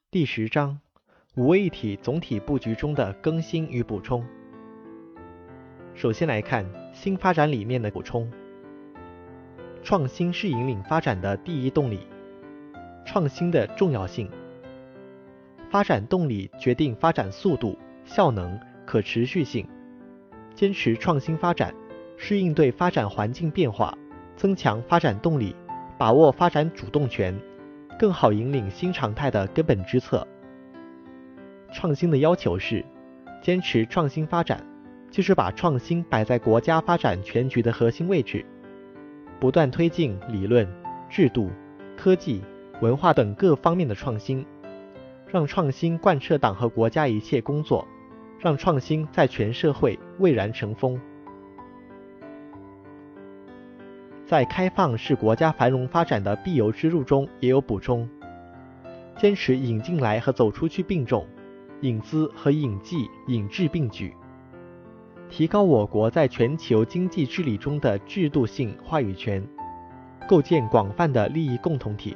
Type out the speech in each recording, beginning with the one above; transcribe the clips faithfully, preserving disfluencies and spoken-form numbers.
第十章，五位一体总体布局中的更新与补充。首先来看新发展理念的补充。创新是引领发展的第一动力。创新的重要性。发展动力决定发展速度、效能、可持续性。坚持创新发展，是应对发展环境变化，增强发展动力，把握发展主动权，更好引领新常态的根本之策。创新的要求是，坚持创新发展，就是把创新摆在国家发展全局的核心位置，不断推进理论、制度、科技、文化等各方面的创新，让创新贯彻党和国家一切工作，让创新在全社会蔚然成风。在开放是国家繁荣发展的必由之路中也有补充，坚持引进来和走出去并重，引资和引技、引治并举，提高我国在全球经济治理中的制度性话语权，构建广泛的利益共同体。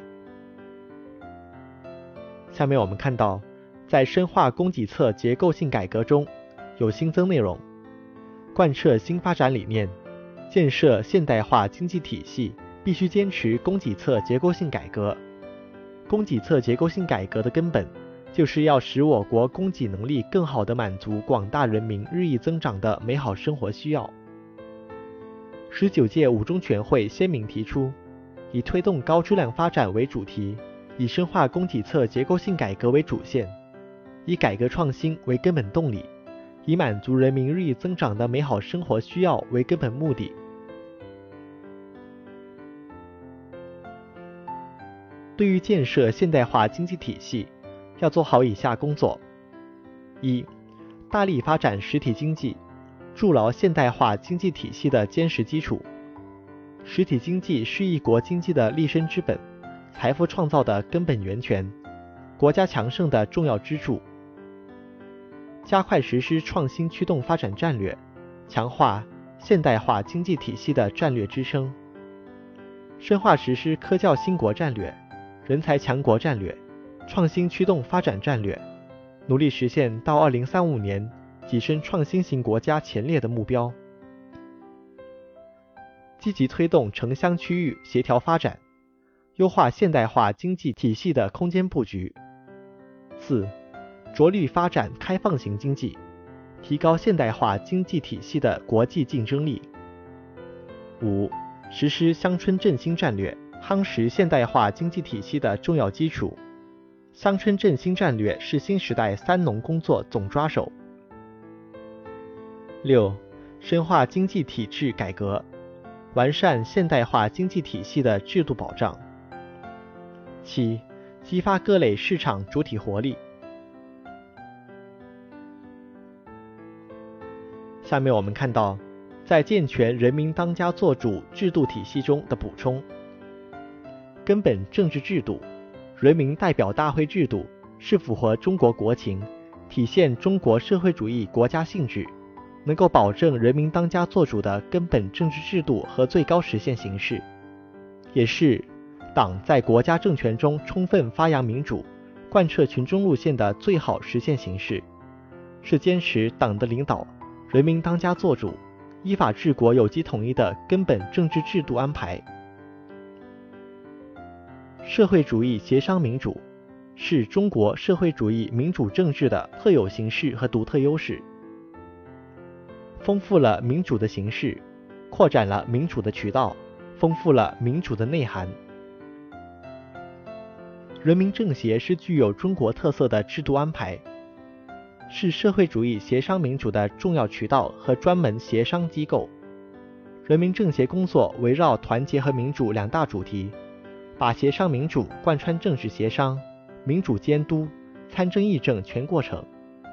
下面我们看到，在深化供给侧结构性改革中有新增内容，贯彻新发展理念，建设现代化经济体系必须坚持供给侧结构性改革。供给侧结构性改革的根本，就是要使我国供给能力更好地满足广大人民日益增长的美好生活需要。十九届五中全会鲜明提出，以推动高质量发展为主题，以深化供给侧结构性改革为主线，以改革创新为根本动力，以满足人民日益增长的美好生活需要为根本目的。对于建设现代化经济体系，要做好以下工作：一、大力发展实体经济，筑牢现代化经济体系的坚实基础。实体经济是一国经济的立身之本，财富创造的根本源泉，国家强盛的重要支柱。加快实施创新驱动发展战略，强化现代化经济体系的战略支撑，深化实施科教兴国战略、人才强国战略、创新驱动发展战略，努力实现到二零三五年跻身创新型国家前列的目标。积极推动城乡区域协调发展，优化现代化经济体系的空间布局。四、着力发展开放型经济，提高现代化经济体系的国际竞争力。五、实施乡村振兴战略，夯实现代化经济体系的重要基础。乡村振兴战略是新时代三农工作总抓手。六、深化经济体制改革，完善现代化经济体系的制度保障。七、激发各类市场主体活力。下面我们看到，在健全人民当家作主制度体系中的补充。根本政治制度，人民代表大会制度是符合中国国情，体现中国社会主义国家性质，能够保证人民当家作主的根本政治制度和最高实现形式，也是党在国家政权中充分发扬民主、贯彻群众路线的最好实现形式，是坚持党的领导、人民当家作主、依法治国有机统一的根本政治制度安排。社会主义协商民主是中国社会主义民主政治的特有形式和独特优势，丰富了民主的形式，扩展了民主的渠道，丰富了民主的内涵。人民政协是具有中国特色的制度安排，是社会主义协商民主的重要渠道和专门协商机构。人民政协工作围绕团结和民主两大主题，把协商民主贯穿政治协商、民主监督、参政议政全过程。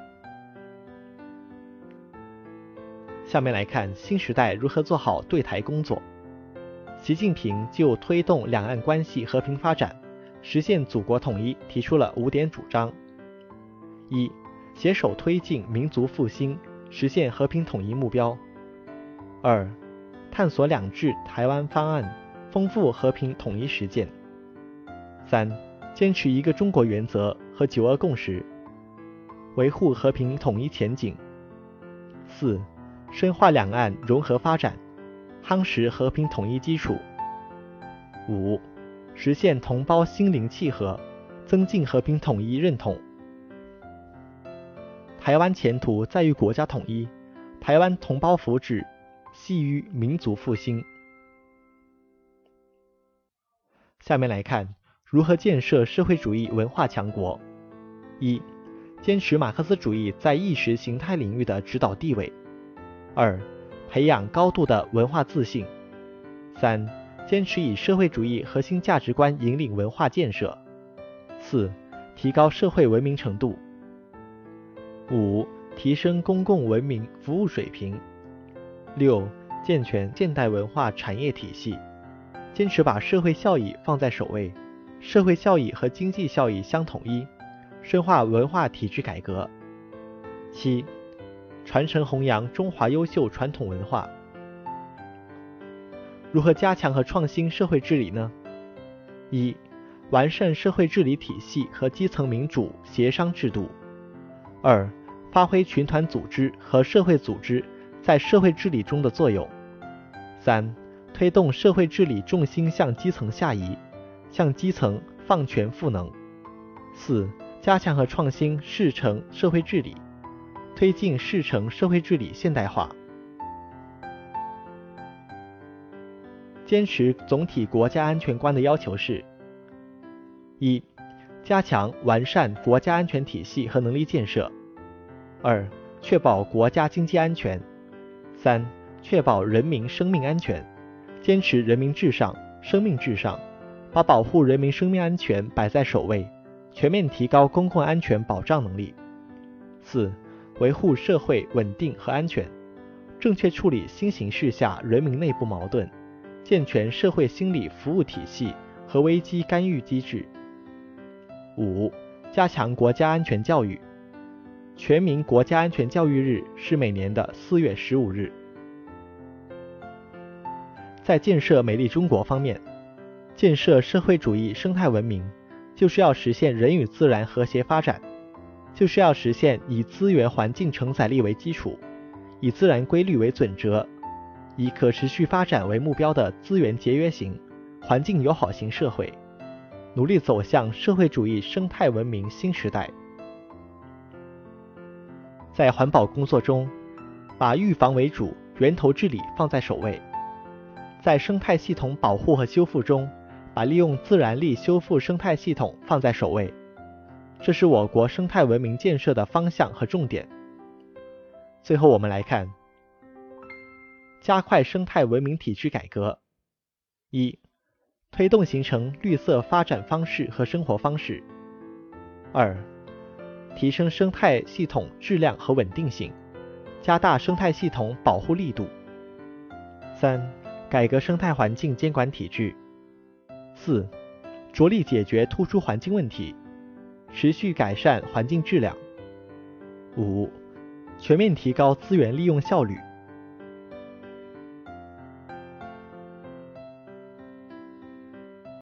下面来看新时代如何做好对台工作。习近平就推动两岸关系和平发展、实现祖国统一提出了五点主张：一、携手推进民族复兴，实现和平统一目标；二、探索两制台湾方案，丰富和平统一实践；三、 坚持一个中国原则和九二共识，维护和平统一前景。四、深化两岸融合发展，夯实和平统一基础。五、实现同胞心灵契合，增进和平统一认同。台湾前途在于国家统一，台湾同胞福祉系于民族复兴。下面来看如何建设社会主义文化强国。一、坚持马克思主义在意识形态领域的指导地位。二、培养高度的文化自信。三、坚持以社会主义核心价值观引领文化建设。四、提高社会文明程度。五、提升公共文明服务水平。六、健全现代文化产业体系，坚持把社会效益放在首位，社会效益和经济效益相统一，深化文化体制改革。七、传承弘扬中华优秀传统文化。如何加强和创新社会治理呢？一、完善社会治理体系和基层民主协商制度。二、发挥群团组织和社会组织在社会治理中的作用。三、推动社会治理重心向基层下移，向基层放权赋能。四、加强和创新市城社会治理，推进市城社会治理现代化。坚持总体国家安全观的要求是：一、加强完善国家安全体系和能力建设。二、确保国家经济安全。三、确保人民生命安全，坚持人民至上、生命至上，把保护人民生命安全摆在首位，全面提高公共安全保障能力。四、维护社会稳定和安全，正确处理新形势下人民内部矛盾，健全社会心理服务体系和危机干预机制。五、加强国家安全教育。全民国家安全教育日是每年的四月十五日。在建设美丽中国方面，建设社会主义生态文明，就是要实现人与自然和谐发展，就是要实现以资源环境承载力为基础，以自然规律为准则，以可持续发展为目标的资源节约型、环境友好型社会，努力走向社会主义生态文明新时代。在环保工作中，把预防为主、源头治理放在首位；在生态系统保护和修复中，把利用自然力修复生态系统放在首位。这是我国生态文明建设的方向和重点。最后我们来看，加快生态文明体制改革。一、推动形成绿色发展方式和生活方式。二、提升生态系统质量和稳定性，加大生态系统保护力度。三、改革生态环境监管体制。四、着力解决突出环境问题，持续改善环境质量。五、全面提高资源利用效率，